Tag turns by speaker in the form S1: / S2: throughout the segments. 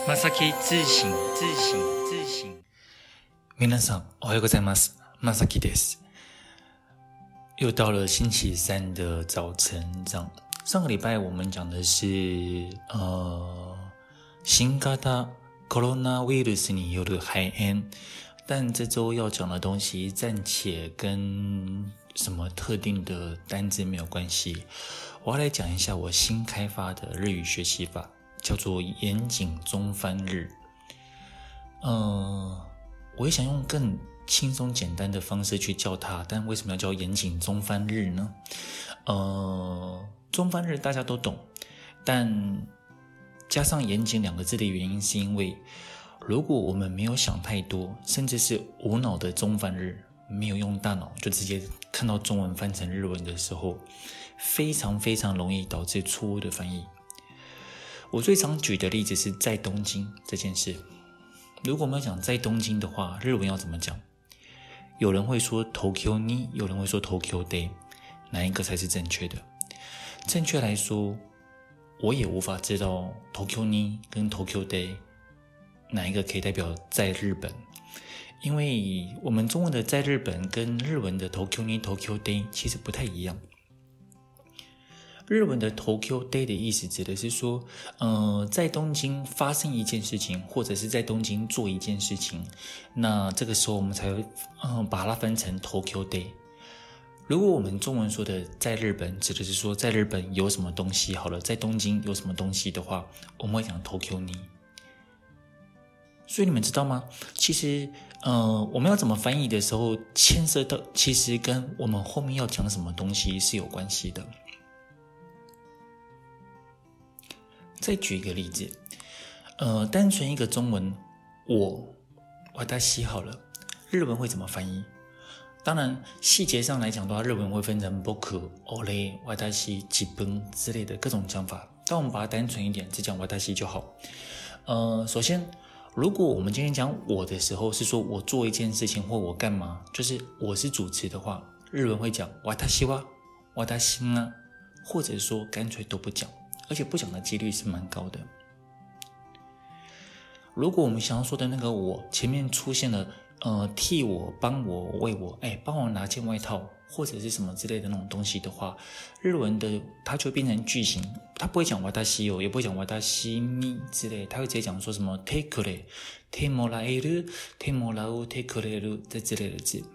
S1: まさき自省。
S2: 皆さんおはようございます。まさきです。又到了星期三的早晨，这样上个礼拜我们讲的是新型コロナウイルスによる肺炎，但这周要讲的东西暂且跟什么特定的单字没有关系。我要来讲一下我新开发的日语学习法，叫做严谨中翻日。我也想用更轻松简单的方式去叫它，但为什么要叫严谨中翻日呢？中翻日大家都懂，但加上严谨两个字的原因是因为如果我们没有想太多，甚至是无脑的中翻日，没有用大脑就直接看到中文翻成日文的时候，非常非常容易导致错误的翻译。我最常举的例子是在东京这件事。如果我们要讲在东京的话，日文要怎么讲？有人会说 Tokyo ni， 有人会说 Tokyo day， 哪一个才是正确的？正确来说，我也无法知道 Tokyo ni 跟 Tokyo day 哪一个可以代表在日本，因为我们中文的在日本跟日文的 Tokyo ni Tokyo day 其实不太一样。日文的 Tokyo day 的意思指的是说，在东京发生一件事情，或者是在东京做一件事情，那这个时候我们才会把它分成 Tokyo day。如果我们中文说的在日本，指的是说在日本有什么东西，好了，在东京有什么东西的话，我们会讲 Tokyo ni。所以你们知道吗？其实，我们要怎么翻译的时候，牵涉到其实跟我们后面要讲什么东西是有关系的。再举一个例子，单纯一个中文我私好了，日文会怎么翻译？当然细节上来讲的话，日文会分成僕、俺、私、自分之类的各种讲法，但我们把它单纯一点，只讲私就好。首先，如果我们今天讲我的时候是说我做一件事情或我干嘛，就是我是主词的话，日文会讲私は、私が，或者说干脆都不讲，而且不讲的几率是蛮高的。如果我们想要说的那个我前面出现了替我、帮我、为我，帮我拿件外套或者是什么之类的那种东西的话，日文的它就会变成句型，它不会讲私を，也不会讲私に之类，它会直接讲说什么てくれ、てもらえる、てもらう、てくれる这之类的字。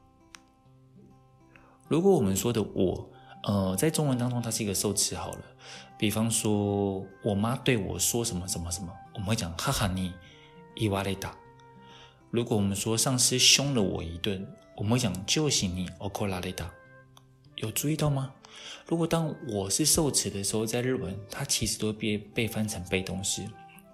S2: 如果我们说的我在中文当中它是一个受词好了，比方说我妈对我说什么什么什么，我们会讲母に言われた。如果我们说上司凶了我一顿，我们会讲上司に怒られた。有注意到吗？如果当我是受词的时候，在日文它其实都会被翻成被动式。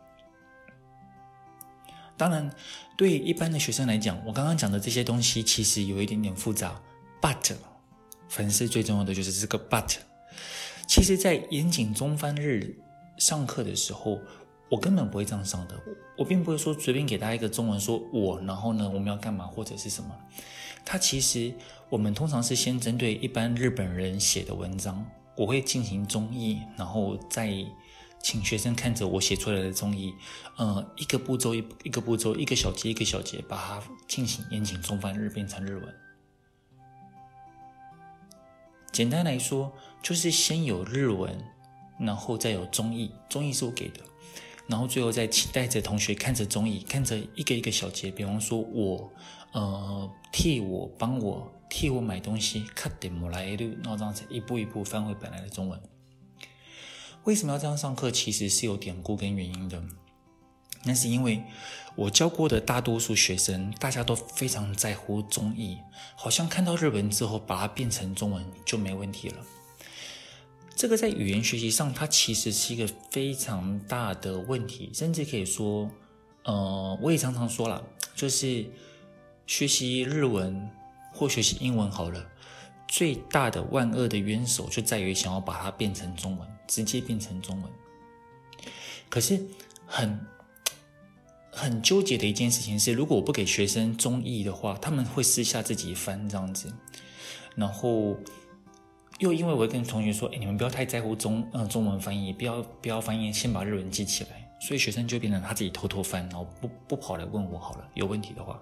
S2: 当然对一般的学生来讲，我刚刚讲的这些东西其实有一点点复杂， but 凡事最重要的就是这个 but。 其实在严谨中翻日上课的时候，我根本不会这样上的。我并不会说随便给大家一个中文说我，然后呢我们要干嘛或者是什么。它其实我们通常是先针对一般日本人写的文章，我会进行中译，然后再请学生看着我写出来的中译，一个步骤一个步骤，一个小节一个小节把它进行严谨中翻日变成日文。简单来说就是先有日文，然后再有中译，中译是我给的，然后最后再带着同学看着中译，看着一个一个小节，比方说我替我帮我替我买东西買ってもらえる，然后这样子一步一步翻回本来的中文。为什么要这样上课？其实是有典故跟原因的。那是因为我教过的大多数学生，大家都非常在乎中译，好像看到日文之后把它变成中文就没问题了。这个在语言学习上它其实是一个非常大的问题，甚至可以说我也常常说啦，就是学习日文或学习英文好了，最大的万恶的冤首就在于想要把它变成中文，直接变成中文。可是很纠结的一件事情是，如果我不给学生中译的话，他们会私下自己翻这样子，然后又因为我会跟同学说，你们不要太在乎中文翻译，不要翻译，先把日文记起来。 所以学生就变成他自己偷偷翻，然后不跑来问我好了，有问题的话。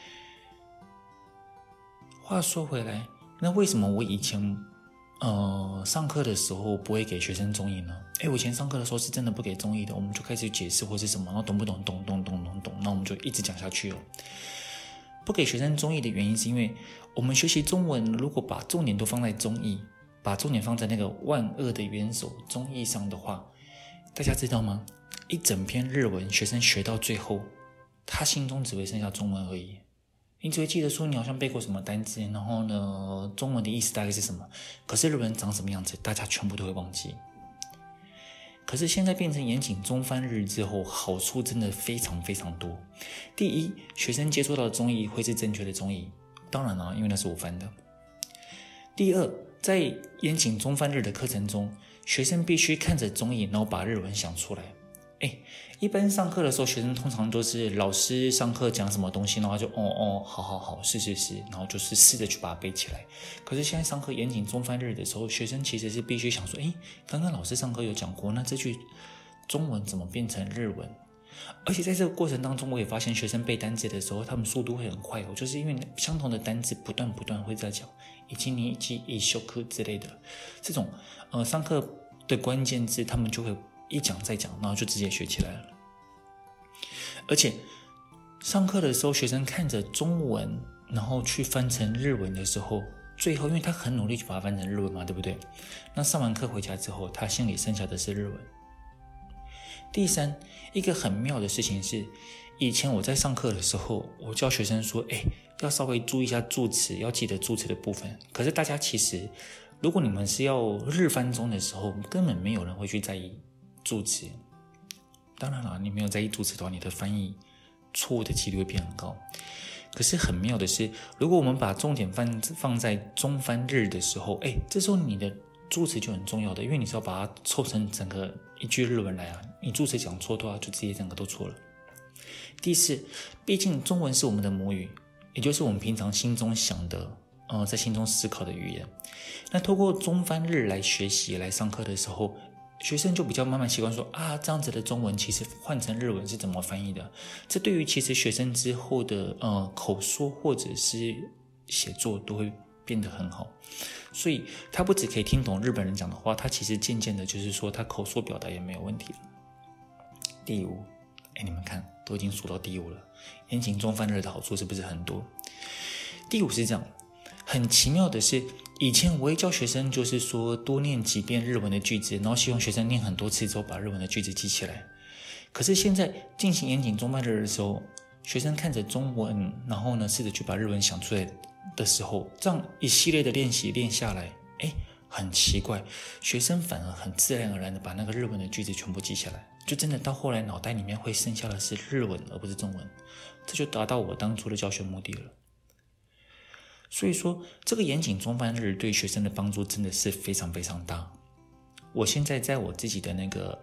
S2: 话说回来，那为什么我以前上课的时候不会给学生中译呢？我以前上课的时候是真的不给中译的，我们就开始解释或是什么，然后懂不懂，懂，那我们就一直讲下去哦。不给学生中译的原因是因为我们学习中文，如果把重点都放在中译，把重点放在那个万恶的元首中译上的话，大家知道吗？一整篇日文学生学到最后，他心中只会剩下中文而已。你只会记得说你好像背过什么单字，然后呢中文的意思大概是什么，可是日文长什么样子大家全部都会忘记。可是现在变成严谨中翻日之后，好处真的非常非常多。第一，学生接触到的中译会是正确的中译，当然了，因为那是我翻的。第二，在严谨中翻日的课程中，学生必须看着中译，然后把日文想出来。一般上课的时候，学生通常都是老师上课讲什么东西，然后就好，是，然后就是试着去把它背起来。可是现在上课严谨中翻日的时候，学生其实是必须想说，刚刚老师上课有讲过，那这句中文怎么变成日文？而且在这个过程当中，我也发现学生背单字的时候，他们速度会很快哦，就是因为相同的单字不断会在讲，以及你以修课之类的这种上课的关键字，他们就会一讲再讲，然后就直接学起来了。而且上课的时候，学生看着中文，然后去翻成日文的时候，最后因为他很努力去把它翻成日文嘛，对不对？那上完课回家之后，他心里剩下的是日文。第三，一个很妙的事情是，以前我在上课的时候，我教学生说，要稍微注意一下助词，要记得助词的部分。可是大家其实，如果你们是要日翻中的时候，根本没有人会去在意助词。当然了，你没有在意助词的话，你的翻译错误的几率会变很高。可是很妙的是，如果我们把重点放在中翻日的时候，这时候你的助词就很重要的，因为你是要把它凑成整个一句日文来啊。你助词讲错的话，就直接整个都错了。第四，毕竟中文是我们的母语，也就是我们平常心中想的，在心中思考的语言。那透过中翻日来学习来上课的时候，学生就比较慢慢习惯说这样子的中文其实换成日文是怎么翻译的。这对于其实学生之后的口说或者是写作都会变得很好。所以他不只可以听懂日本人讲的话，他其实渐渐的就是说他口说表达也没有问题了。第五，你们看都已经数到第五了，严谨中翻日的好处是不是很多？第五是这样，很奇妙的是，以前我会教学生就是说多念几遍日文的句子，然后希望学生念很多次之后把日文的句子记起来。可是现在进行严谨中翻日的时候，学生看着中文，然后呢试着去把日文想出来的时候，这样一系列的练习练下来，很奇怪，学生反而很自然而然的把那个日文的句子全部记下来，就真的到后来脑袋里面会剩下的是日文而不是中文，这就达到我当初的教学目的了。所以说这个严谨中翻日对学生的帮助真的是非常非常大。我现在在我自己的那个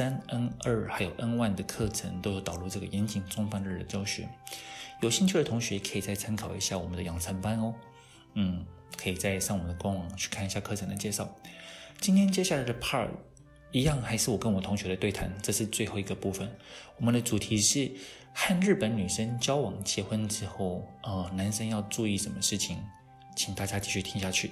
S2: N3、N2 还有 N1 的课程都有导入这个严谨中翻日的教学，有兴趣的同学可以再参考一下我们的养成班哦。可以再上我们的官网去看一下课程的介绍。今天接下来的 part 一样还是我跟我同学的对谈，这是最后一个部分。我们的主题是和日本女生交往结婚之后，男生要注意什么事情，请大家继续听下去。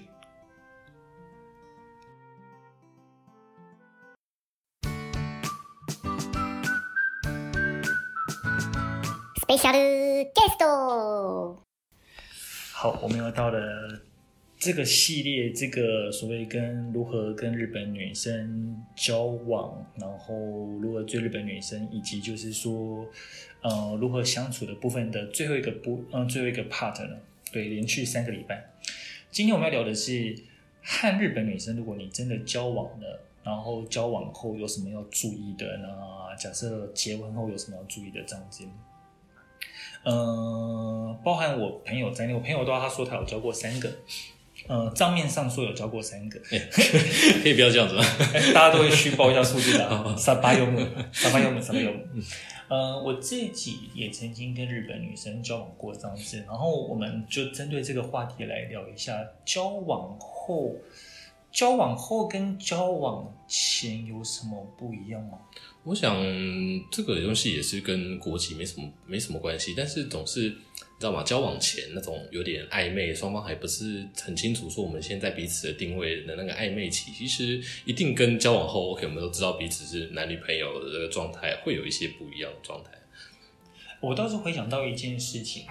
S1: Special guest。
S2: 好，我们又到了这个系列，这个所谓如何跟日本女生交往，然后如何追日本女生，以及就是说，如何相处的部分的最后一个part 呢？对，连续3个礼拜。今天我们要聊的是和日本女生，如果你真的交往了，然后交往后有什么要注意的呢？假设结婚后有什么要注意的这样子。包含我朋友在内，我朋友他说他有交过3个。账面上说有交过3个，
S3: 可以不要这样子吗？
S2: 大家都会虚报一下数据的。384。我自己也曾经跟日本女生交往过这样子，然后我们就针对这个话题来聊一下交往后交往后跟交往前有什么不一样吗？
S3: 我想这个东西也是跟国籍没什么关系，但是总是你知道吗？交往前那种有点暧昧，双方还不是很清楚说我们现在彼此的定位的那个暧昧期，其实一定跟交往后 OK 我们都知道彼此是男女朋友的这个状态会有一些不一样的状态。
S2: 我倒是回想到一件事情，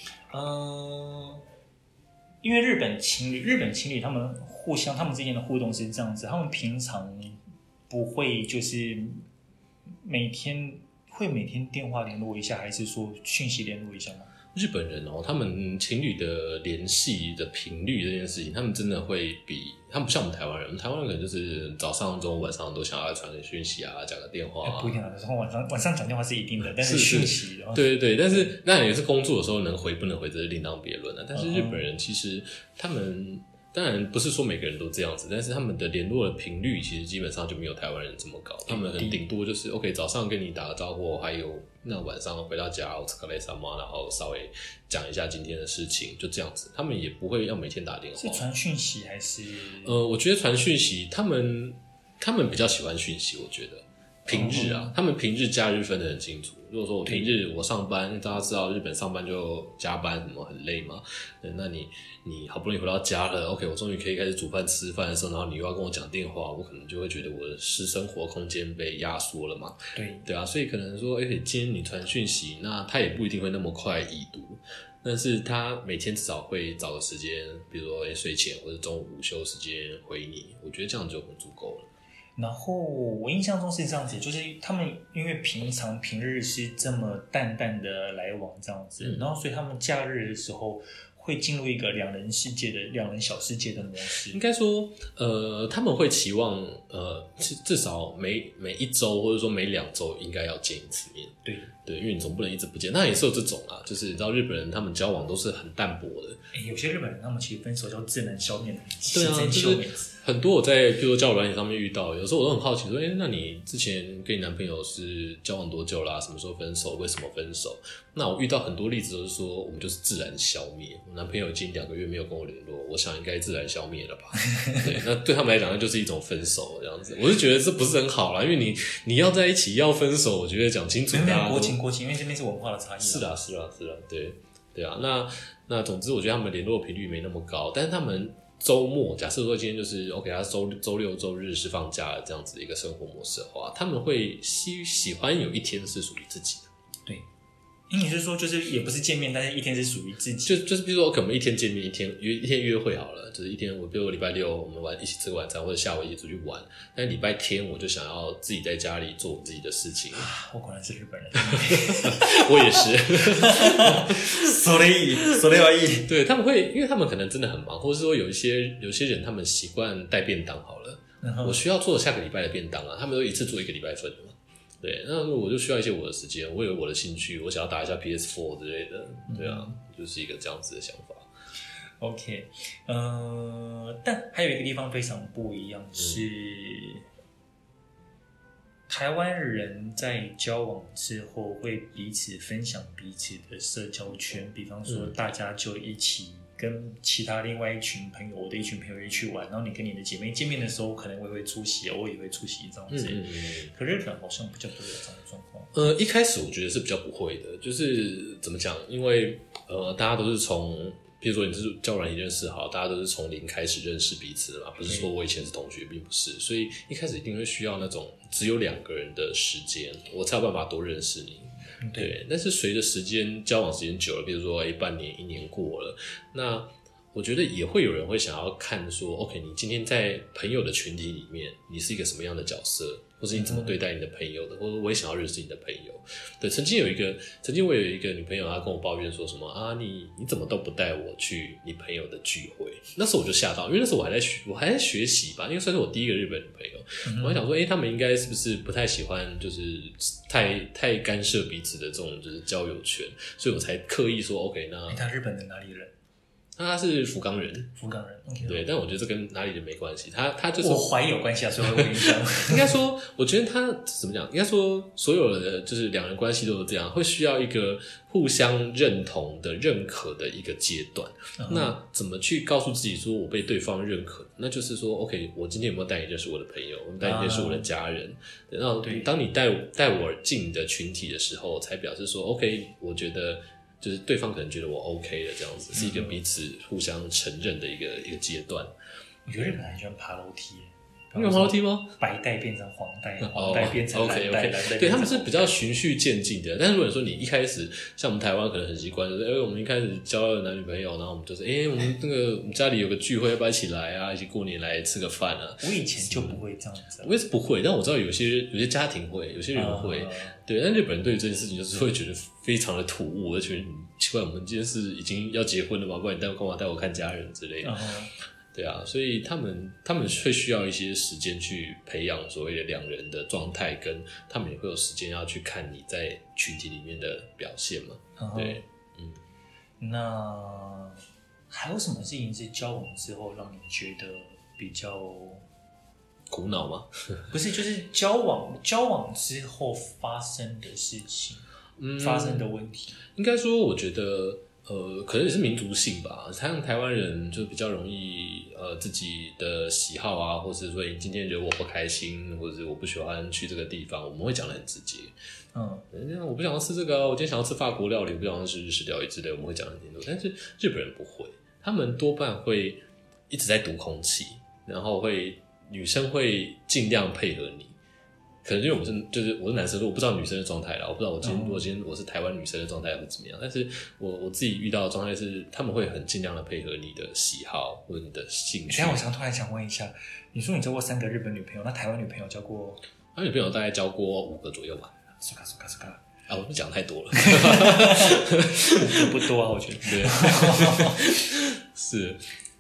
S2: 因为日本情侣他们他们之间的互动是这样子，他们平常不会就是每天电话联络一下，还是说讯息联络一下吗？
S3: 日本人他们情侣的联系的频率这件事情，他们真的会比他们不像我们台湾人，我们台湾人可能就是早上、中午、晚上都想要传个讯息啊，讲个电话啊。
S2: 不一定啊，晚上讲电话是一定的，但是讯息
S3: 对对对，但是那也是工作的时候能回不能回，这是另当别论的。但是日本人其实他们当然不是说每个人都这样子，但是他们的联络的频率其实基本上就没有台湾人这么高。他们很顶多就是 OK 早上跟你打个招呼，还有那晚上回到家我吃个雷萨嘛，然后稍微讲一下今天的事情，就这样子。他们也不会要每天打电话。
S2: 是传讯息还是？
S3: 我觉得传讯息，他们比较喜欢讯息，我觉得。平日啊，他们平日假日分得很清楚。如果说我平日我上班，大家知道日本上班就加班什么很累嘛，那你好不容易回到家了 ，OK， 我终于可以开始煮饭吃饭的时候，然后你又要跟我讲电话，我可能就会觉得我的私生活空间被压缩了嘛。对啊，所以可能说，今天你传讯息，那他也不一定会那么快已读，但是他每天至少会找个时间，比如说睡前或者中午午休时间回你，我觉得这样就很足够了。
S2: 然后我印象中是这样子，就是他们因为平日是这么淡淡的来往这样子，然后所以他们假日的时候会进入一个两人小世界的模式。
S3: 应该说，他们会期望，至少每一周或者说每2周应该要见一次面。对，因为你总不能一直不见。那也是有这种啦，就是你知道日本人他们交往都是很淡薄的。
S2: 有些日本人他们其实分手叫自然消灭的，
S3: 对啊，就是很多我在比如说交友软件上面遇到，有时候我都很好奇说，那你之前跟你男朋友是交往多久啦？什么时候分手？为什么分手？那我遇到很多例子都是说，我们就是自然消灭。我男朋友已经2个月没有跟我联络，我想应该自然消灭了吧？对，那对他们来讲，那就是一种分手这样子。我就觉得这不是很好啦，因为你要在一起要分手，我觉得讲清楚。
S2: 没有国情，因为这边是文化的差异。
S3: 是啦，对啊。那总之，我觉得他们联络频率没那么高，但是他们周末，假设说今天就是 OK， 他周六周日是放假的这样子的一个生活模式的话，他们会喜欢有一天是属于自己的。
S2: 对，你是说就是也不是见面，但是一天是属于自己，
S3: 就是比如说可能一天见面，一天约会好了，就是一天比如说礼拜六我们一起吃个晚餐，或者下午一起出去玩。但是礼拜天我就想要自己在家里做我自己的事情。
S2: 我果然是日本人，
S3: 我也是。
S2: それはいい。
S3: 对，他们会，因为他们可能真的很忙，或者是说有些人他们习惯带便当好了，我需要做下个礼拜的便当啊，他们都一次做1个礼拜份的嘛。对，那我就需要一些我的时间，我有我的兴趣，我想要打一下 PS4 之类的，对啊，就是一个这样子的想法。
S2: OK， 但还有一个地方非常不一样是，台湾人在交往之后会彼此分享彼此的社交圈，比方说大家就一起跟其他另外一群朋友，我的一群朋友一起去玩，然后你跟你的姐妹见面的时候，可能我也会出席，偶尔也会出席这样子。可日本好像比较不会有这样的状况。
S3: 一开始我觉得是比较不会的，就是怎么讲？因为大家都是从，比如说你是交友软件认识好，大家都是从零开始认识彼此的嘛，不是说我以前是同学，并不是，所以一开始一定会需要那种只有2个人的时间，我才有办法多认识你。对，但是随着时间交往时间久了，比如说半年1年过了，那我觉得也会有人会想要看说 OK， 你今天在朋友的群体里面你是一个什么样的角色，或是你怎么对待你的朋友的，或者我也想要认识你的朋友。对，曾经我有一个女朋友，她跟我抱怨说什么啊，你怎么都不带我去你朋友的聚会。那时候我就吓到，因为那时候我还在学习吧，因为算是我第一个日本女朋友。我还想说他们应该是不是不太喜欢就是太干涉彼此的这种就是交友圈，所以我才刻意说 OK， 那
S2: 他日本的哪里人？
S3: 他是福冈人，
S2: 福冈人 ，OK，
S3: 对，但我觉得这跟哪里人没关系，他就是
S2: 我怀疑有关系啊，所以我问一下。
S3: 应该说，我觉得他怎么讲？应该说，所有的就是两人关系都是这样，会需要一个互相认同的、认可的一个阶段。那怎么去告诉自己说我被对方认可？那就是说 ，OK， 我今天有没有带你认识我的朋友？我带你认识我的家人？然后当你带我进你的群体的时候，才表示说 ，OK， 我觉得。就是对方可能觉得我 OK 了，这样子是一个彼此互相承认的一个阶段。
S2: 我觉得日本人很喜欢爬楼梯，
S3: 你有爬楼梯吗？
S2: 白带变成黄带，黄带变成蓝带，蓝带
S3: 对，他们是比较循序渐进的。但是如果说你一开始像我们台湾可能很习惯，就是我们一开始交了男女朋友，然后我们就是我们我们家里有个聚会，要不要一起来啊？一起过年来吃个饭啊？
S2: 我以前就不会这样子，
S3: 我也是不会，但我知道有些家庭会，有些人会。对，但日本人对于这件事情就是会觉得非常的突兀，而且奇怪，我们今天是已经要结婚了吗？不然你干嘛带我看家人之类的？对啊，所以他们会需要一些时间去培养所谓的两人的状态，跟他们也会有时间要去看你在群体里面的表现嘛。对，
S2: 那还有什么事情是交往之后让你觉得比较
S3: 苦恼吗？
S2: 不是，就是交往之后发生的事情，发生的问题。
S3: 应该说，我觉得可能也是民族性吧。像台湾人就比较容易自己的喜好啊，或是说你今天惹我不开心，或者是我不喜欢去这个地方，我们会讲得很直接。我不想要吃这个，我今天想要吃法国料理，我不想要吃日式料理之类，我们会讲得很清楚。但是日本人不会，他们多半会一直在读空气，然后女生会尽量配合你。可能因为我是男生，我不知道女生的状态啦，我不知道我今天我是台湾女生的状态会怎么样，但是我自己遇到的状态是，他们会很尽量的配合你的喜好或者你的兴趣。
S2: 我突然想问一下，你说你交过3个日本女朋友，那台湾女朋友交过？
S3: 台湾女朋友大概交过5个左右吧。
S2: 说卡
S3: 啊，我讲太多了
S2: ，5个不多啊，我觉得。
S3: 对，是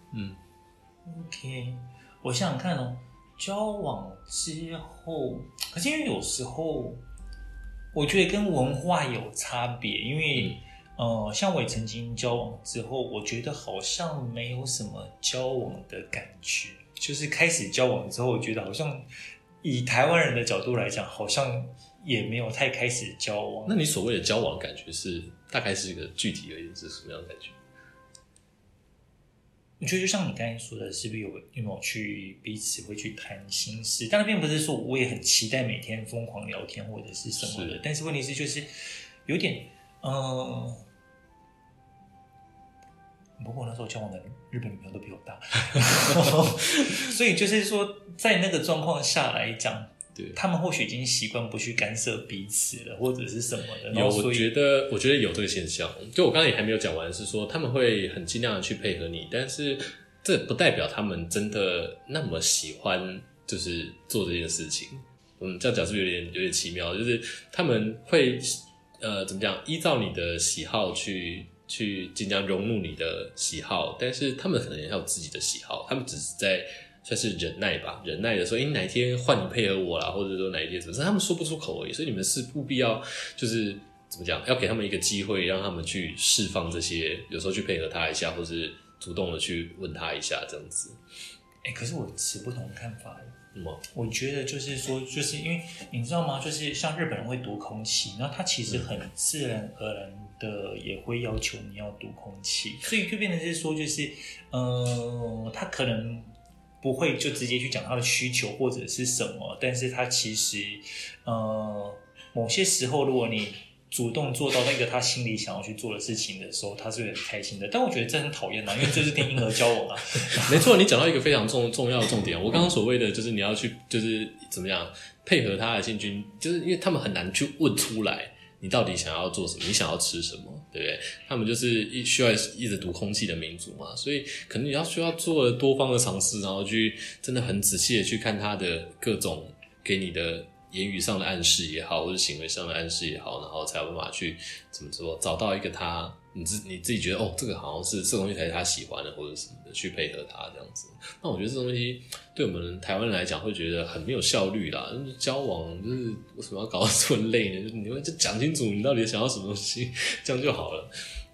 S2: ，OK， 我想想看哦。交往之后，可是因为有时候我觉得跟文化有差别，因为像我也曾经交往之后，我觉得好像没有什么交往的感觉，就是开始交往之后，我觉得好像以台湾人的角度来讲，好像也没有太开始交往。
S3: 那你所谓的交往感觉是大概是一个具体而言是什么样的感觉？
S2: 我觉得就像你刚才说的，是不是有没有去彼此会去谈心事？但并不是说我也很期待每天疯狂聊天或者是什么的，但是问题是就是有点不过我那时候交往的日本女朋友都比我大，所以就是说在那个状况下来讲，他们或许已经习惯不去干涉彼此了，或者是什么的。
S3: 我觉得有这个现象。就我刚才也还没有讲完，是说他们会很尽量的去配合你，但是这不代表他们真的那么喜欢，就是做这件事情。这样讲是不是有点奇妙？就是他们会怎么讲，依照你的喜好去尽量融入你的喜好，但是他们可能也有自己的喜好，他们只是在。算是忍耐吧，忍耐的说，哪一天换你配合我啦，或者说哪一天什么，他们说不出口而已，所以你们是务必要就是怎么讲，要给他们一个机会，让他们去释放这些，有时候去配合他一下，或是主动的去问他一下，这样子。
S2: 可是我持不同的看法。我觉得就是说，就是因为你知道吗？就是像日本人会读空气，然后他其实很自然而然的也会要求你要读空气，所以就变成是说，就是他可能。不会就直接去讲他的需求或者是什么，但是他其实某些时候如果你主动做到那个他心里想要去做的事情的时候，他是很开心的。但我觉得这很讨厌因为这是跟婴儿交往啊。
S3: 没错，你讲到一个非常重要的重点。我刚刚所谓的就是你要去就是怎么样配合他的兴趣，就是因为他们很难去问出来你到底想要做什么，你想要吃什么，对不对？他们就是需要一直读空气的民族嘛，所以可能你需要做多方的尝试，然后去真的很仔细的去看他的各种给你的言语上的暗示也好，或者行为上的暗示也好，然后才有办法去怎么说找到一个你自己觉得这个好像是这个东西才是他喜欢的，或者什么的去配合他这样子。那我觉得这东西对我们台湾人来讲会觉得很没有效率啦。交往就是为什么要搞得这么累呢？你就讲清楚你到底想要什么东西，这样就好了。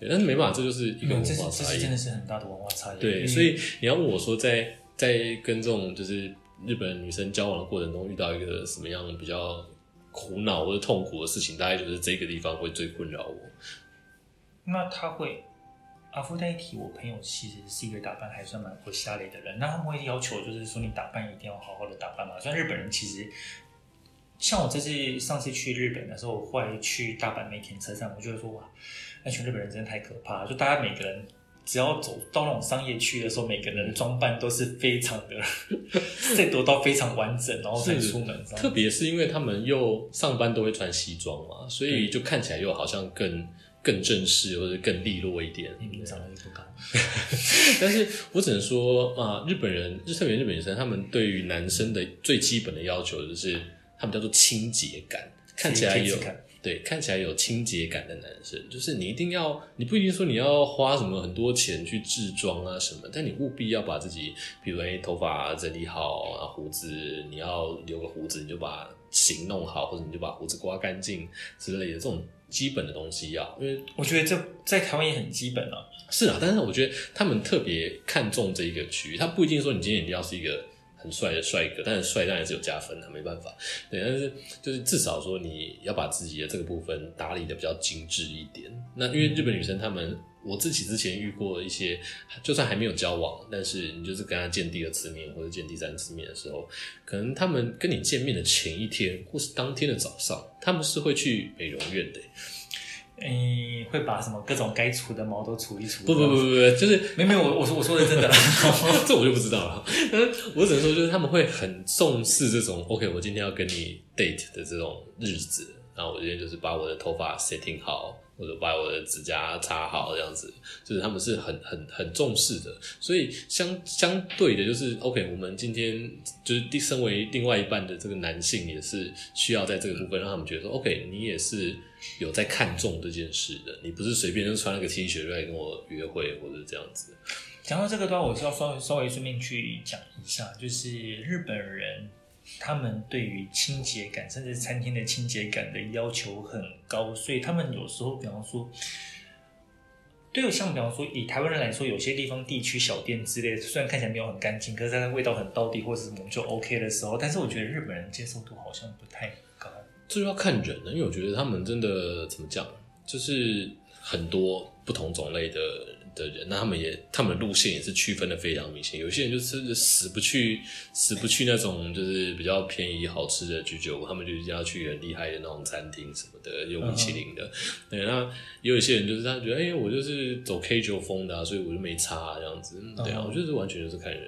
S3: 对，但是没办法，这就是一个文化
S2: 这
S3: 差异，
S2: 真的是很大的文化差异。
S3: 对，所以你要问我说在跟这种就是日本女生交往的过程中遇到一个什么样比较苦恼或者痛苦的事情，大概就是这个地方会最困扰我。
S2: 那他会阿夫代提，我朋友其实是一个打扮还算蛮不下类的人，那他们会要求就是说你打扮一定要好好的打扮嘛。虽然日本人其实像我上次去日本的时候，我后来去大阪梅田车站，我就会说哇，那群日本人真的太可怕了，就大家每个人只要走到那种商业区的时候，每个人的装扮都是非常的再得到非常完整，然后才出门。
S3: 特别是因为他们又上班都会穿西装嘛，所以就看起来又好像更正式或者更利落一点。
S2: 你长得就不高，
S3: 但是我只能说日本人，就特别日本女生，他们对于男生的最基本的要求就是他们叫做清洁感，看起来有对，看起来有清洁感的男生，就是你不一定说你要花什么很多钱去制装啊什么，但你务必要把自己，比如头发整理好，胡子你要留个胡子，你就把型弄好，或者你就把胡子刮干净之类的这种基本的东西要，因为
S2: 我觉得这在台湾也很基本啊。
S3: 是啊，但是我觉得他们特别看重这一个区域，他不一定说你今天一定要是一个很帅的帅哥，但是帅当然是有加分的，没办法。对，但是就是至少说你要把自己的这个部分打理的比较精致一点。那因为日本女生她们，我自己之前遇过一些，就算还没有交往，但是你就是跟她见第二次面或者见第三次面的时候，可能他们跟你见面的前一天或是当天的早上，他们是会去美容院的。
S2: 会把什么各种该除的毛都除一除？
S3: 不，就是
S2: 没有，我说的真的，
S3: 这我就不知道了。但是我只能说，就是他们会很重视这种 OK， 我今天要跟你 date 的这种日子，然后我今天就是把我的头发 setting 好，或者把我的指甲擦好，这样子，就是他们是很重视的。所以相对的，就是 OK， 我们今天就是身为另外一半的这个男性，也是需要在这个部分让他们觉得说 OK， 你也是有在看重这件事的，你不是随便就穿了个 T 恤就来跟我约会或者这样子。
S2: 讲到这个的话，我是要稍微顺便去讲一下，就是日本人他们对于清洁感，甚至餐厅的清洁感的要求很高，所以他们有时候，比方说，对，像比方说以台湾人来说，有些地方地区小店之类的，虽然看起来没有很干净，可是它的味道很道地或者什么就 OK 的时候，但是我觉得日本人接受度好像不太高。
S3: 这就要看人了，因为我觉得他们真的怎么讲，就是很多不同种类的人，那他们的路线也是区分的非常明显。有些人就是死不去那种就是比较便宜好吃的居酒屋，他们就一定要去很厉害的那种餐厅什么的，有米其林的。对，那也有一些人就是他觉得，我就是走 K9 风的所以我就没差这样子。对啊，我觉得这完全就是看人。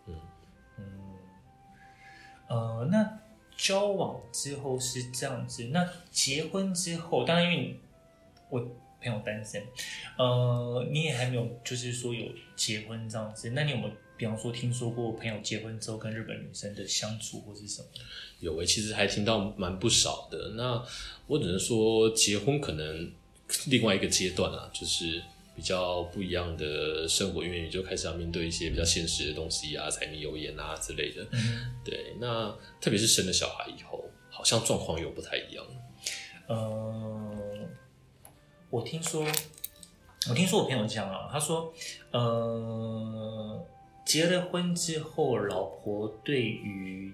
S2: 那交往之后是这样子，那结婚之后，当然因为我朋友单身，你也还没有就是说有结婚这样子，那你有没有比方说听说过朋友结婚之后跟日本女生的相处或是什么？
S3: 有其实还听到蛮不少的。那我只能说结婚可能另外一个阶段啊，就是比较不一样的生活，因为你就开始要面对一些比较现实的东西啊，柴米油盐啊之类的。对，那特别是生了小孩以后，好像状况又不太一样。
S2: 我听说我朋友讲啊，他说，结了婚之后，老婆对于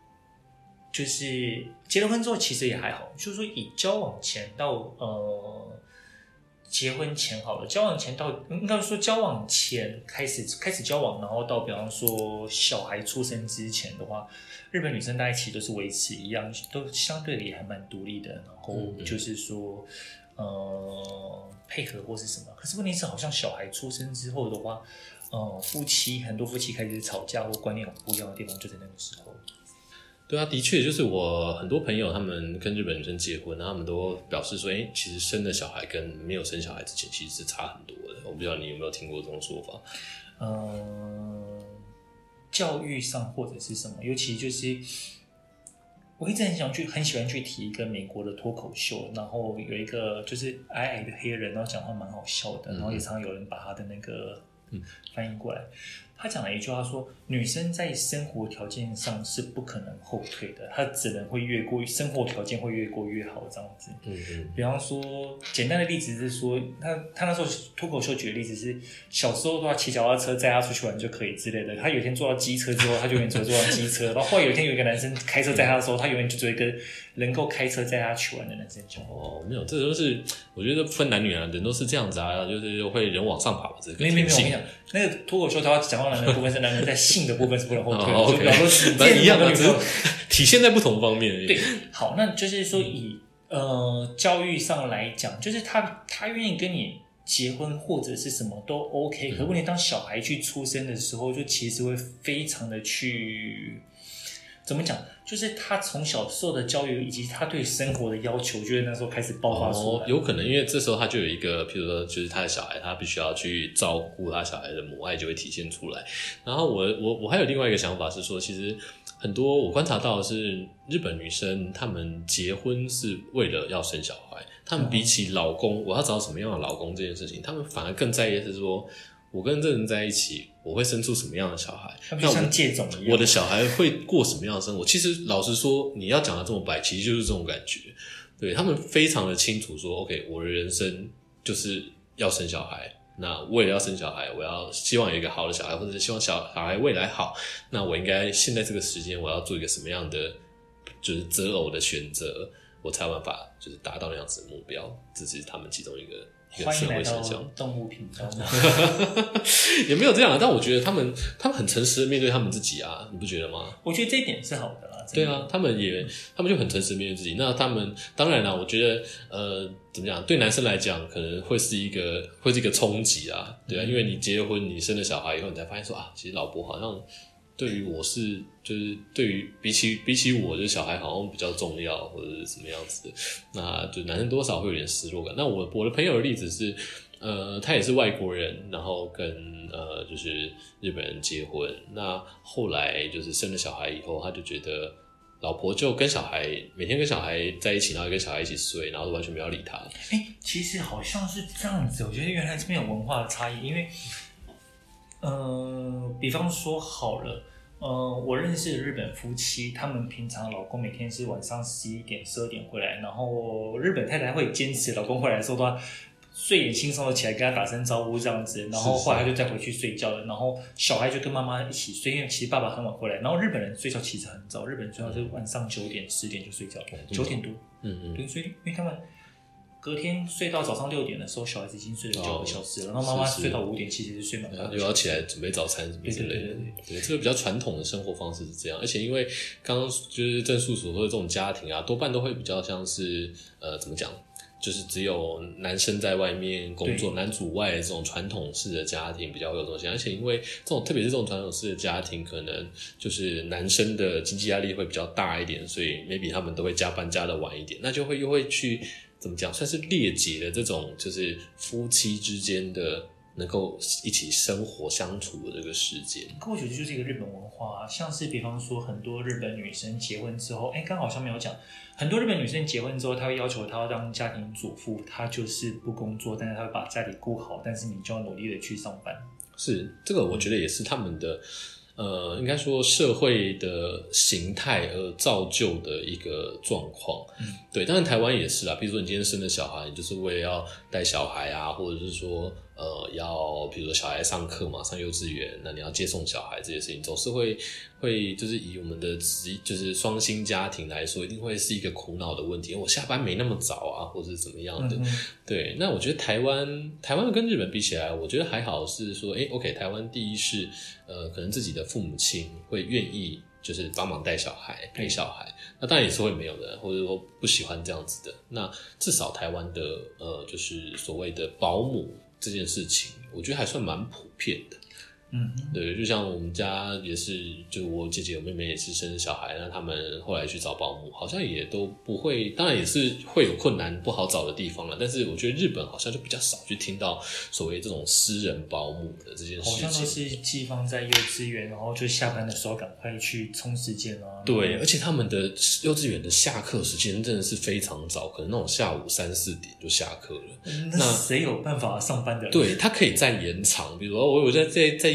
S2: 就是结了婚之后其实也还好，就是说以交往前到结婚前好了，交往前到应该说交往前开始交往，然后到比方说小孩出生之前的话，日本女生大概其实都是维持一样，都相对的也还蛮独立的，然后就是说配合或是什么。可是问题是，好像小孩出生之后的话，很多夫妻开始吵架或观念不一样的地方，就在那个时候。
S3: 对啊，的确，就是我很多朋友他们跟日本女生结婚，他们都表示说，其实生了小孩跟没有生小孩之前其实是差很多的。我不知道你有没有听过这种说法？
S2: 教育上或者是什么，尤其就是我一直很喜欢去提一个美国的脱口秀，然后有一个就是矮矮的黑人，然后讲话蛮好笑的，然后也常常有人把他的那个翻译过来。 他讲了一句话说，女生在生活条件上是不可能后退的，她只能会生活条件会越过越好这样子。比方说，简单的例子是说，他那时候脱口秀举的例子是，小时候都要骑脚踏车载他出去玩就可以之类的。他有一天坐到机车之后，他就永远只会坐到机车。然后后来有一天有一个男生开车载他的时候，他永远就只会跟能够开车载他去玩的男生交往。
S3: 没有，这就是我觉得不分男女啊，人都是这样子啊，就是会人往上爬，这个
S2: 没有，我跟你讲，那个脱口秀他要讲到男人的部分是男人在性的部分是不能后退的，
S3: 就
S2: 比方说实
S3: 践一样的，
S2: 只
S3: 是体现在不同方面而已。
S2: 对，好，那就是说以教育上来讲，就是他愿意跟你结婚或者是什么都 OK，可问题当小孩去出生的时候，就其实会非常的去怎么讲？就是他从小受的教育以及他对生活的要求，就会那时候开始爆发出来。
S3: 有可能因为这时候他就有一个，譬如说就是他的小孩，他必须要去照顾他小孩的母爱就会体现出来。然后我还有另外一个想法是说，其实很多我观察到的是日本女生她们结婚是为了要生小孩，她们比起老公我要找什么样的老公这件事情，她们反而更在意的是说，我跟这人在一起，我会生出什么样的小孩？
S2: 他们就像借种一样，
S3: 我的小孩会过什么样的生活？其实老实说，你要讲的这么白，其实就是这种感觉。对，他们非常的清楚说 ，OK， 我的人生就是要生小孩。那为了要生小孩，我要希望有一个好的小孩，或者是希望小孩未来好。那我应该现在这个时间，我要做一个什么样的就是择偶的选择，我才有办法就是达到那样子的目标。这是他们其中一个社会现象。
S2: 动物频道
S3: 也没有这样，但我觉得他们很诚实的面对他们自己啊，你不觉得吗？
S2: 我觉得这一点是好的啦。
S3: 对啊，他们就很诚实的面对自己。那他们当然啦，我觉得怎么讲，对男生来讲可能会是一个冲击啊，对啊，因为你结婚你生了小孩以后，你才发现说啊，其实老婆好像对于我是就是对于比起我的小孩好像比较重要，或者是什么样子的，那就男生多少会有点失落感。那我的朋友的例子是他也是外国人，然后跟就是日本人结婚，那后来就是生了小孩以后，他就觉得老婆就跟小孩每天跟小孩在一起，然后跟小孩一起睡，然后完全没有理他。
S2: 其实好像是这样子，我觉得原来这边有文化的差异，因为比方说好了，我认识的日本夫妻，他们平常老公每天是晚上11点、12点回来，然后日本太太会坚持老公回来的时候，他睡眼惺忪的起来跟他打声招呼这样子，然后后来他就再回去睡觉了，然后小孩就跟妈妈一起睡，因为其实爸爸很晚回来，然后日本人睡觉其实很早，日本人睡觉是晚上9点、10点就睡觉，9点多，对，所以因为他们隔天睡到早上6点的时候，小孩子已经睡了9个小时了，然后妈妈睡到5点，其实是睡满8个小时，
S3: 又要起来准备早餐什么之类的。对，这个比较传统的生活方式是这样，而且因为刚刚就是郑述所说的这种家庭啊，多半都会比较像是怎么讲？就是只有男生在外面工作，男主外的这种传统式的家庭比较会有这种现象，而且因为特别是这种传统式的家庭，可能就是男生的经济压力会比较大一点，所以 maybe 他们都会加班加的晚一点，那就会又会去怎么讲，算是裂解了这种就是夫妻之间的能够一起生活相处的这个时间。
S2: 我觉得就是一个日本文化像是比方说很多日本女生结婚之后，刚好像没有讲，很多日本女生结婚之后，她会要求她要当家庭主妇，她就是不工作，但是她会把家里顾好，但是你就要努力的去上班。
S3: 是，这个我觉得也是他们的应该说社会的形态而造就的一个状况。对，当然台湾也是啦，比如说你今天生了小孩，你就是为了要带小孩啊，或者是说要比如说小孩上课嘛，上幼稚园，那你要接送小孩这些事情，总是会就是以我们的就是双薪家庭来说，一定会是一个苦恼的问题，因为我下班没那么早啊，或者是怎么样的。对，那我觉得台湾跟日本比起来，我觉得还好是说OK， 台湾第一是可能自己的父母亲会愿意就是帮忙带小孩陪小孩，那当然也是会没有的，或者说不喜欢这样子的。那至少台湾的就是所谓的保姆这件事情，我觉得还算蛮普遍的。对，就像我们家也是，就我姐姐我妹妹也是生小孩，那他们后来去找保姆，好像也都不会，当然也是会有困难不好找的地方啦，但是我觉得日本好像就比较少去听到所谓这种私人保姆的这件事情，
S2: 好像都是寄放在幼稚园，然后就下班的时候赶快去冲时间啊。
S3: 对，而且他们的幼稚园的下课时间真的是非常早，可能那种下午3、4点就下课了。
S2: 那谁有办法上班的人？
S3: 对，他可以再延长，比如说我在延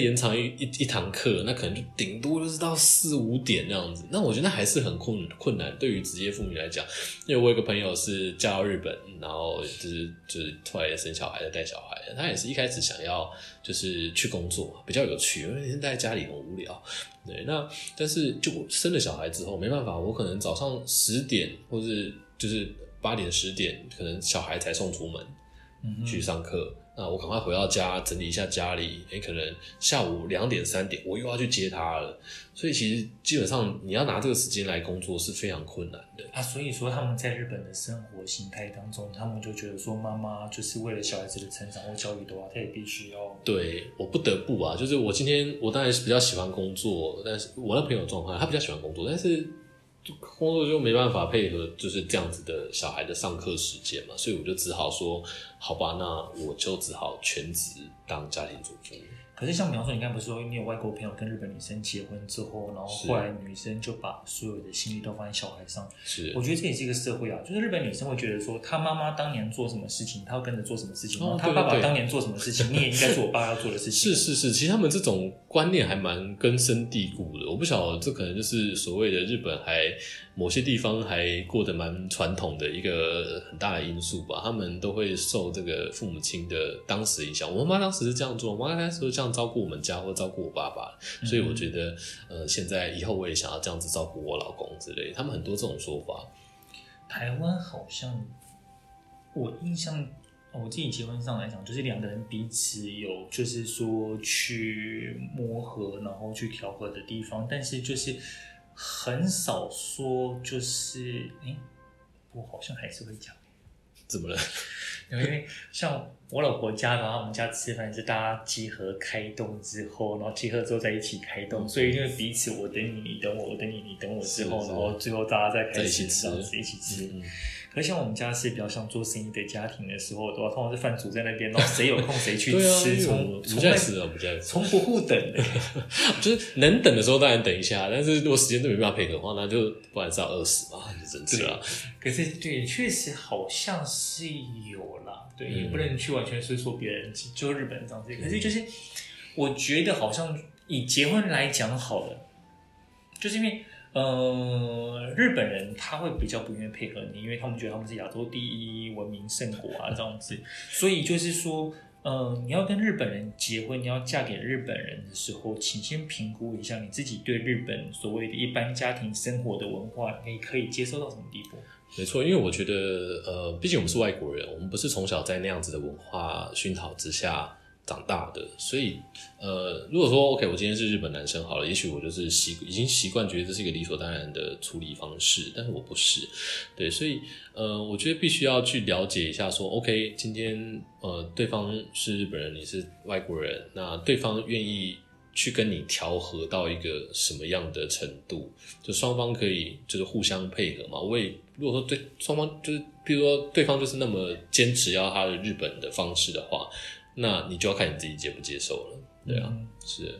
S3: 延长一堂课，那可能就顶多就是到4、5点那样子。那我觉得那还是很困难，对于职业妇女来讲。因为我有个朋友是嫁到日本，然后就是后来生小孩的带小孩，他也是一开始想要就是去工作，比较有趣，因为现在家里很无聊。对，那但是就生了小孩之后没办法，我可能早上10点或是就是8点10点，可能小孩才送出门去上课。那我赶快回到家整理一下家里，可能下午2点3点我又要去接他了，所以其实基本上你要拿这个时间来工作是非常困难的
S2: 啊。所以说他们在日本的生活形态当中，他们就觉得说妈妈就是为了小孩子的成长或教育的话，她也必须要。
S3: 对，我不得不啊，就是我今天我当然是比较喜欢工作，但是我那朋友状况他比较喜欢工作，但是工作就没办法配合就是这样子的小孩的上课时间嘛，所以我就只好说好吧，那我就只好全职当家庭主妇。
S2: 可是像比方说你刚才不是说你有外国朋友跟日本女生结婚之后，然后后来女生就把所有的心力都放在小孩上，
S3: 是
S2: 我觉得这也是一个社会啊，就是日本女生会觉得说她妈妈当年做什么事情她要跟着做什么事情，她爸爸当年做什么事情你也应该做我爸要做的事情。
S3: 是，其实他们这种观念还蛮根深蒂固的，我不晓得这可能就是所谓的日本还某些地方还过得蛮传统的一个很大的因素吧，他们都会受这个父母亲的当时影响。我妈当时是这样做，我妈当时是这样照顾我们家或照顾我爸爸，所以我觉得现在以后我也想要这样子照顾我老公之类的，他们很多这种说法。
S2: 台湾好像我印象我自己结婚上来讲，就是两个人彼此有就是说去磨合然后去调和的地方，但是就是很少说就是我好像还是会讲
S3: 怎么了？
S2: 因为像我老婆家，然后我们家吃饭是大家集合开动之后，然后集合之后在一起开动，所以因为彼此我等你，你等我，我等你，你等我之后，然后最后大家再开始吃，一起吃。可是像我们家是比较像做生意的家庭的时候，通常是饭煮在那边，然后谁有空谁去吃，从不互等的，
S3: 就是能等的时候当然等一下，但是如果时间都没办法配合的话，那就不然是要饿死嘛，就真吃了。
S2: 可是对，确实好像是有啦，对，也不能去完全说别人就日本这样子。可是就是我觉得好像以结婚来讲好了，就是因为日本人他会比较不愿意配合你，因为他们觉得他们是亚洲第一文明圣国啊这样子，所以就是说你要跟日本人结婚，你要嫁给日本人的时候，请先评估一下你自己对日本所谓的一般家庭生活的文化，你可以接受到什么地步。
S3: 没错，因为我觉得毕竟我们是外国人，我们不是从小在那样子的文化熏陶之下长大的，所以如果说 OK 我今天是日本男生好了，也许我就是已经习惯觉得这是一个理所当然的处理方式，但是我不是，对，所以我觉得必须要去了解一下说 OK 今天对方是日本人，你是外国人，那对方愿意去跟你调和到一个什么样的程度，就双方可以就是互相配合嘛。如果说对双方就是比如说对方就是那么坚持要他的日本的方式的话，那你就要看你自己接不接受了。对啊，是。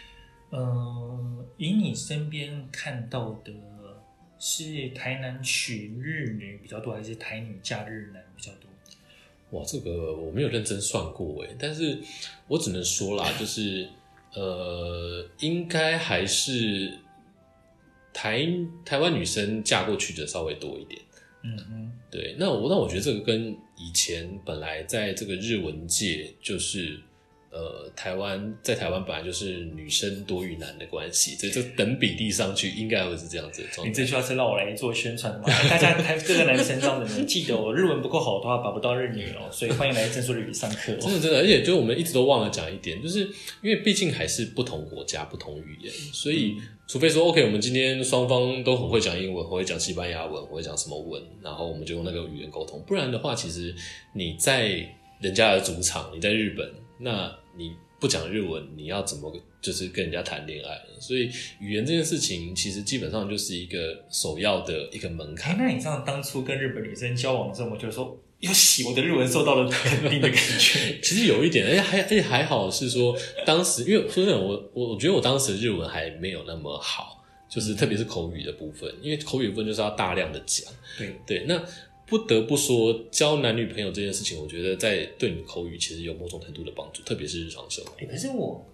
S2: 以你身边看到的是台男娶日女比较多，还是台女嫁日男比较多？
S3: 哇，这个我没有认真算过耶，但是我只能说啦，就是应该还是台湾女生嫁过去的稍微多一点。对，那我觉得这个跟以前本来在这个日文界就是在台湾本来就是女生多于男的关系，所以这等比例上去应该会是这样子的状态。
S2: 你这句话是让我来做宣传的吗？大家各个男生这样的人，记得我日文不够好的话，把不到日女哦，所以欢迎来正说日语上课。
S3: 真的，而且就是我们一直都忘了讲一点，就是因为毕竟还是不同国家、不同语言，所以除非说 OK， 我们今天双方都很会讲英文，很会讲西班牙文，很会讲什么文，然后我们就用那个语言沟通。不然的话，其实你在人家的主场，你在日本，那你不讲日文，你要怎么就是跟人家谈恋爱？所以语言这件事情，其实基本上就是一个首要的一个门槛。
S2: 那你这样当初跟日本女生交往的时候，我就说有喜，我的日文受到了肯定的感觉。
S3: 其实有一点，而且还好是说，当时因为说真的，我觉得我当时的日文还没有那么好，就是特别是口语的部分，因为口语的部分就是要大量的讲。对，那不得不说，交男女朋友这件事情，我觉得在对你口语其实有某种程度的帮助，特别是日常生活。
S2: 可是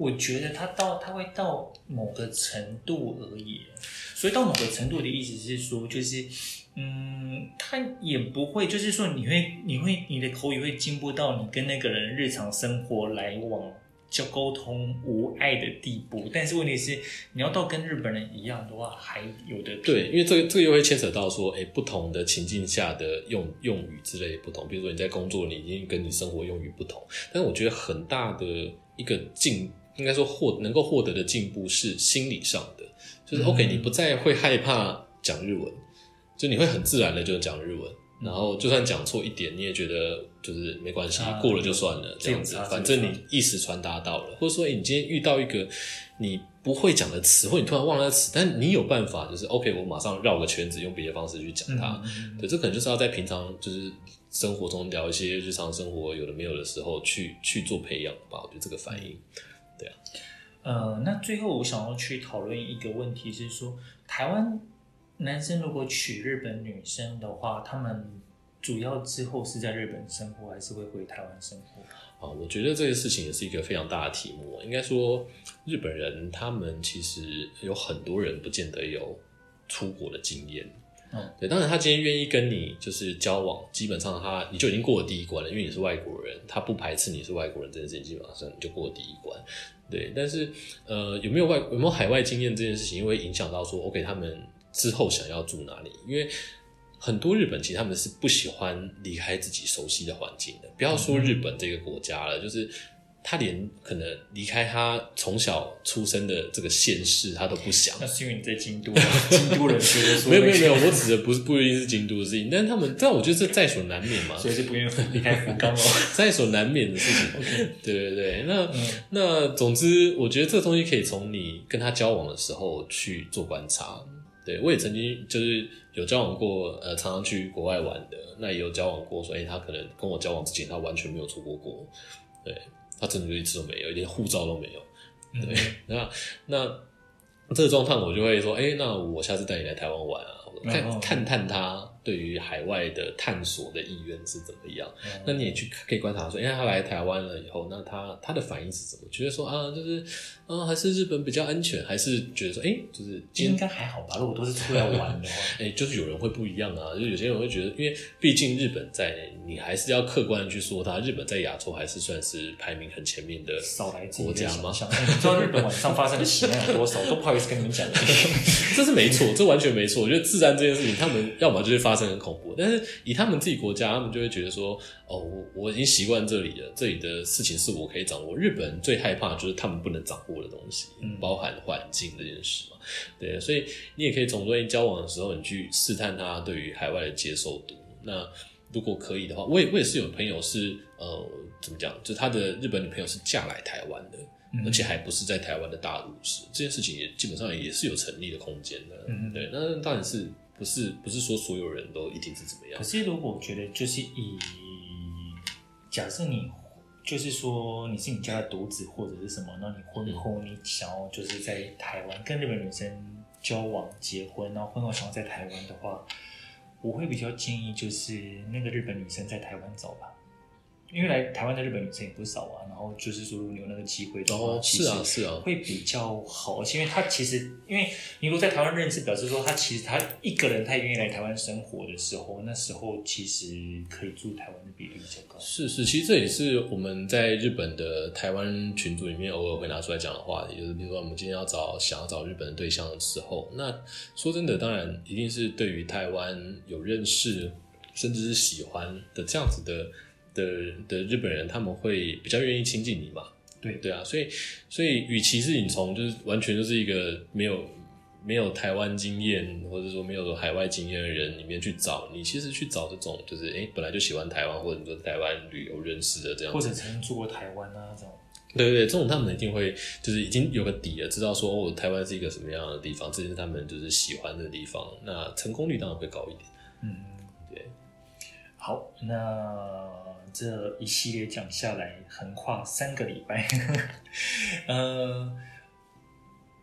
S2: 我觉得它会到某个程度而已。所以到某个程度的意思是说，就是它也不会，就是说你的口语会进步到你跟那个人日常生活来往就沟通无碍的地步。但是问题是，你要到跟日本人一样的话，还有的
S3: 对，因为这个又会牵扯到说，不同的情境下的用语之类不同。比如说你在工作，你一定跟你生活用语不同。但是我觉得很大的一个应该说能够获得的进步是心理上的，就是 OK， 你不再会害怕讲日文，就你会很自然的就讲日文。然后就算讲错一点，你也觉得就是没关系，过了就算了，这样子，反正你意识传达到了。或者说，你今天遇到一个你不会讲的词，或者你突然忘了词，但你有办法，就是 OK， 我马上绕个圈子，用别的方式去讲它。对，这可能就是要在平常就是生活中聊一些日常生活有的没有的时候去做培养吧。我觉得这个反应，对啊。
S2: 那最后我想要去讨论一个问题是说，台湾男生如果娶日本女生的话，他们主要之后是在日本生活，还是会回台湾生活？
S3: 我觉得这个事情也是一个非常大的题目。应该说，日本人他们其实有很多人不见得有出国的经验。对，当然他今天愿意跟你就是交往，基本上你就已经过了第一关了，因为你是外国人，他不排斥你是外国人这件事情，基本上你就过了第一关。对，但是有没有海外经验这件事情，因为影响到说 OK 他们之后想要住哪里，因为很多日本其实他们是不喜欢离开自己熟悉的环境的。不要说日本这个国家了，就是他连可能离开他从小出生的这个县市他都不想。
S2: 那是因为你在京都，京都人觉得说
S3: 没有，我指的不一定是京都的事情，但我觉得这在所难免嘛，
S2: 所以是不愿意离开福冈哦，
S3: 在所难免的事情。okay. 对，那总之，我觉得这个东西可以从你跟他交往的时候去做观察。对，我也曾经就是有交往过，常常去国外玩的，那也有交往过说，他可能跟我交往之前，他完全没有出过国，对，他真的就一次都没有，连护照都没有，对，那这个状况我就会说，那我下次带你来台湾玩啊，探他对于海外的探索的意愿是怎么样。那你也可以观察说，他来台湾了以后，那他的反应是什么？觉得说就是还是日本比较安全，还是觉得说就是
S2: 应该还好吧？如果都是出来玩的话，
S3: 就是有人会不一样啊，就有些人会觉得，因为毕竟日本你还是要客观的去说日本在亚洲还是算是排名很前面的国家吗？
S2: 你知道日本晚上发生的血案有多少？我都不好意思跟你们讲。
S3: 这是没错，这完全没错。我觉得治安这件事情，他们要么就是发生很恐怖，但是以他们自己国家，他们就会觉得说，我已经习惯这里了，这里的事情是我可以掌握。日本最害怕的就是他们不能掌握的东西，包含环境这件事嘛。对，所以你也可以从中间交往的时候，你去试探他对于海外的接受度。那如果可以的话，我也是有朋友是怎么讲，就他的日本女朋友是嫁来台湾的。而且还不是在台湾的大陆市，这件事情也基本上也是有成立的空间的。对，那当然是不是说所有人都一定是怎么样。
S2: 可是如果我觉得就是假设你就是说你是你家的独子或者是什么，那你婚后你想要就是在台湾跟日本女生交往结婚，然后婚后想要在台湾的话，我会比较建议就是那个日本女生在台湾找吧。因为来台湾的日本女生也不少啊，然后就是说你有那个机会的话，
S3: 是啊，
S2: 会比较好。而且因为他其实，因为你如果在台湾认识，表示说他其实他一个人他也愿意来台湾生活的时候，那时候其实可以住台湾的比例比较高。
S3: 是，其实这也是我们在日本的台湾群组里面偶尔会拿出来讲的话题，就是比如说我们今天想要找日本的对象的时候，那说真的，当然一定是对于台湾有认识甚至是喜欢的这样子的日本人，他们会比较愿意亲近你嘛？对啊，所以与其是你从就是完全就是一个没有台湾经验或者说没有海外经验的人里面去找，你其实去找这种就是本来就喜欢台湾或者说台湾旅游认识的这样子，
S2: 或者曾经住过台湾啊这种。
S3: 对，这种他们一定会就是已经有个底了，知道说台湾是一个什么样的地方，这是他们就是喜欢的地方，那成功率当然会高一点。对。
S2: 好，那这一系列讲下来，横跨3个礼拜，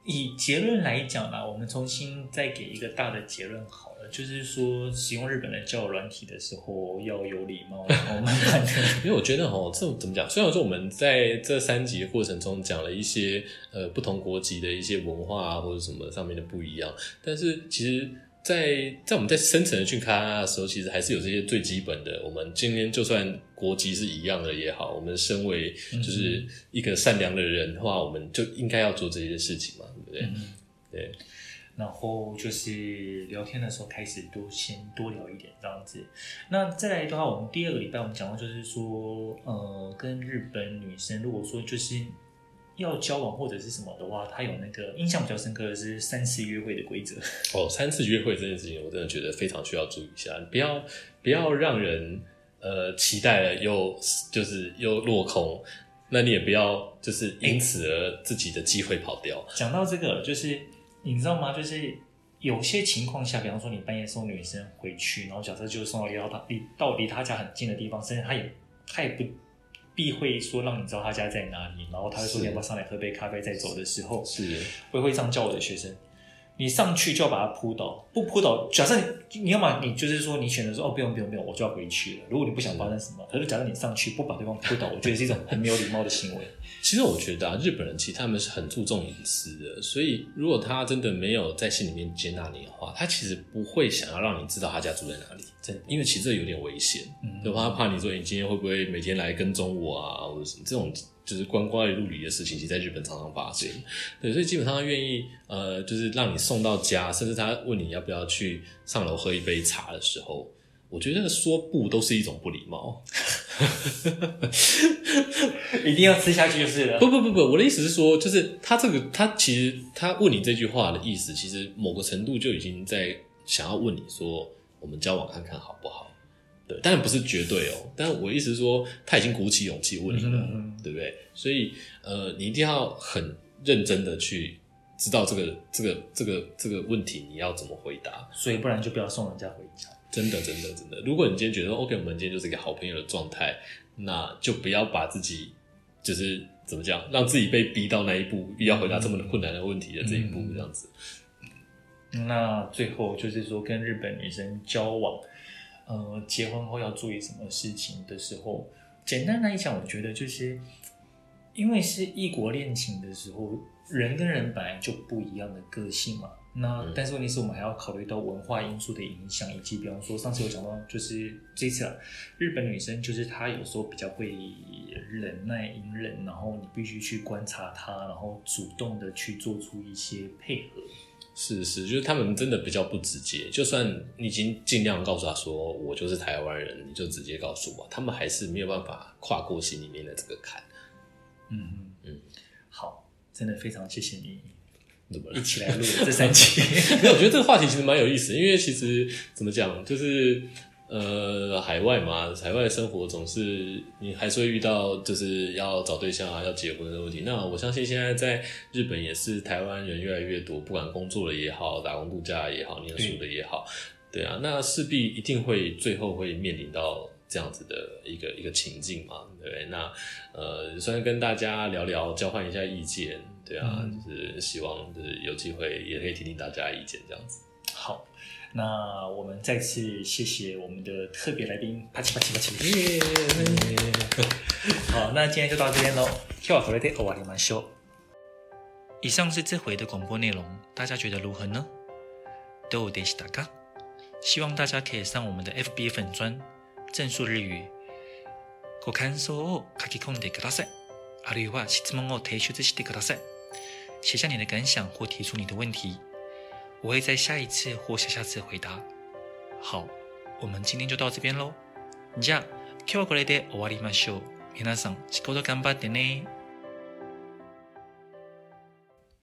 S2: 以结论来讲啦，我们重新再给一个大的结论好了，就是说使用日本的交友软体的时候要有礼貌，然后慢慢的。
S3: 因为我觉得这怎么讲？虽然说我们在这3集的过程中讲了一些不同国籍的一些文化啊或者什么上面的不一样，但是其实在我们在深层的去看它的时候，其实还是有这些最基本的。我们今天就算国籍是一样的也好，我们身为就是一个善良的人的话，我们就应该要做这些事情嘛，对不对？对。
S2: 然后就是聊天的时候开始先多聊一点这样子。那再来的话，我们第2个礼拜我们讲到就是说，跟日本女生如果说就是要交往或者是什么的话，他有那个印象比较深刻的是3次约会的规则。
S3: 3次约会这件事情，我真的觉得非常需要注意一下，不要让人期待了又落空，那你也不要就是因此而自己的机会跑掉。
S2: 讲到这个，就是你知道吗？就是有些情况下，比方说你半夜送女生回去，然后假设就送到离她家很近的地方，甚至他也不避讳说让你知道他家在哪里，然后他会说你要不要上来喝杯咖啡再走的时候，
S3: 是
S2: 我也会这样教我的学生。你上去就要把它扑倒，不扑倒，假设你要嘛，你就是说你选择说不用，我就要回去了。如果你不想发生什么，可是假设你上去不把对方扑倒，我觉得是一种很没有礼貌的行为。
S3: 其实我觉得日本人其实他们是很注重隐私的，所以如果他真的没有在心里面接纳你的话，他其实不会想要让你知道他家住在哪里，真的，因为其实这有点危险，对吧？他怕你说你今天会不会每天来跟踪我啊，或者什么这种。就是光怪陆离的事情，其实在日本常常发生。对，所以基本上他愿意就是让你送到家，甚至他问你要不要去上楼喝一杯茶的时候，我觉得说不都是一种不礼貌。
S2: 一定要吃下去就是了。
S3: 不，我的意思是说，就是他其实他问你这句话的意思，其实某个程度就已经在想要问你说，我们交往看看好不好？对，当然不是绝对哦，但我意思是说，他已经鼓起勇气问你了，对不对？所以你一定要很认真的去知道这个问题你要怎么回答，
S2: 所以不然就不要送人家回家。
S3: 真的，如果你今天觉得 OK， 我们今天就是一个好朋友的状态，那就不要把自己就是怎么讲，让自己被逼到那一步，必要回答这么困难的问题的这一步，这样子。
S2: 那最后就是说，跟日本女生交往。结婚后要注意什么事情的时候，简单来讲，我觉得就是因为是异国恋情的时候，人跟人本来就不一样的个性嘛。那但是问题是我们还要考虑到文化因素的影响，以及比方说上次有讲到，就是这次日本女生就是她有时候比较会忍耐隐忍，然后你必须去观察她，然后主动的去做出一些配合。
S3: 是，就是他们真的比较不直接，就算你已经尽量告诉他说我就是台湾人，你就直接告诉我，他们还是没有办法跨过心里面的这个坎。
S2: 好，真的非常谢谢你
S3: 怎么了？
S2: 一起来录这3集。
S3: 没有，我觉得这个话题其实蛮有意思，因为其实怎么讲，就是海外嘛，海外的生活总是你还是会遇到就是要找对象啊，要结婚的问题。那我相信现在在日本也是台湾人越来越多，不管工作的也好，打工度假也好，念书的也好，对啊，那势必一定会最后会面临到这样子的一个情境嘛，对不对？那虽然跟大家聊聊，交换一下意见，对啊，就是希望就是有机会也可以听听大家的意见这样子。
S2: 好。那我们再次谢谢我们的特别来宾，啪叽。好，那今天就到这边喽。今日はこれで終わりましょう。以上是这回的广播内容，大家觉得如何呢？どうでしたか？希望大家可以上我们的 FB 粉專正数日語ご感想を書き込んでください。あるいは質問を提出してください。写下你的感想或提出你的問題。我会在下一次或下下次回答。好，我们今天就到这边咯。じゃあ、今日はこれで終わりましょう。皆さん、仕事頑張ってね。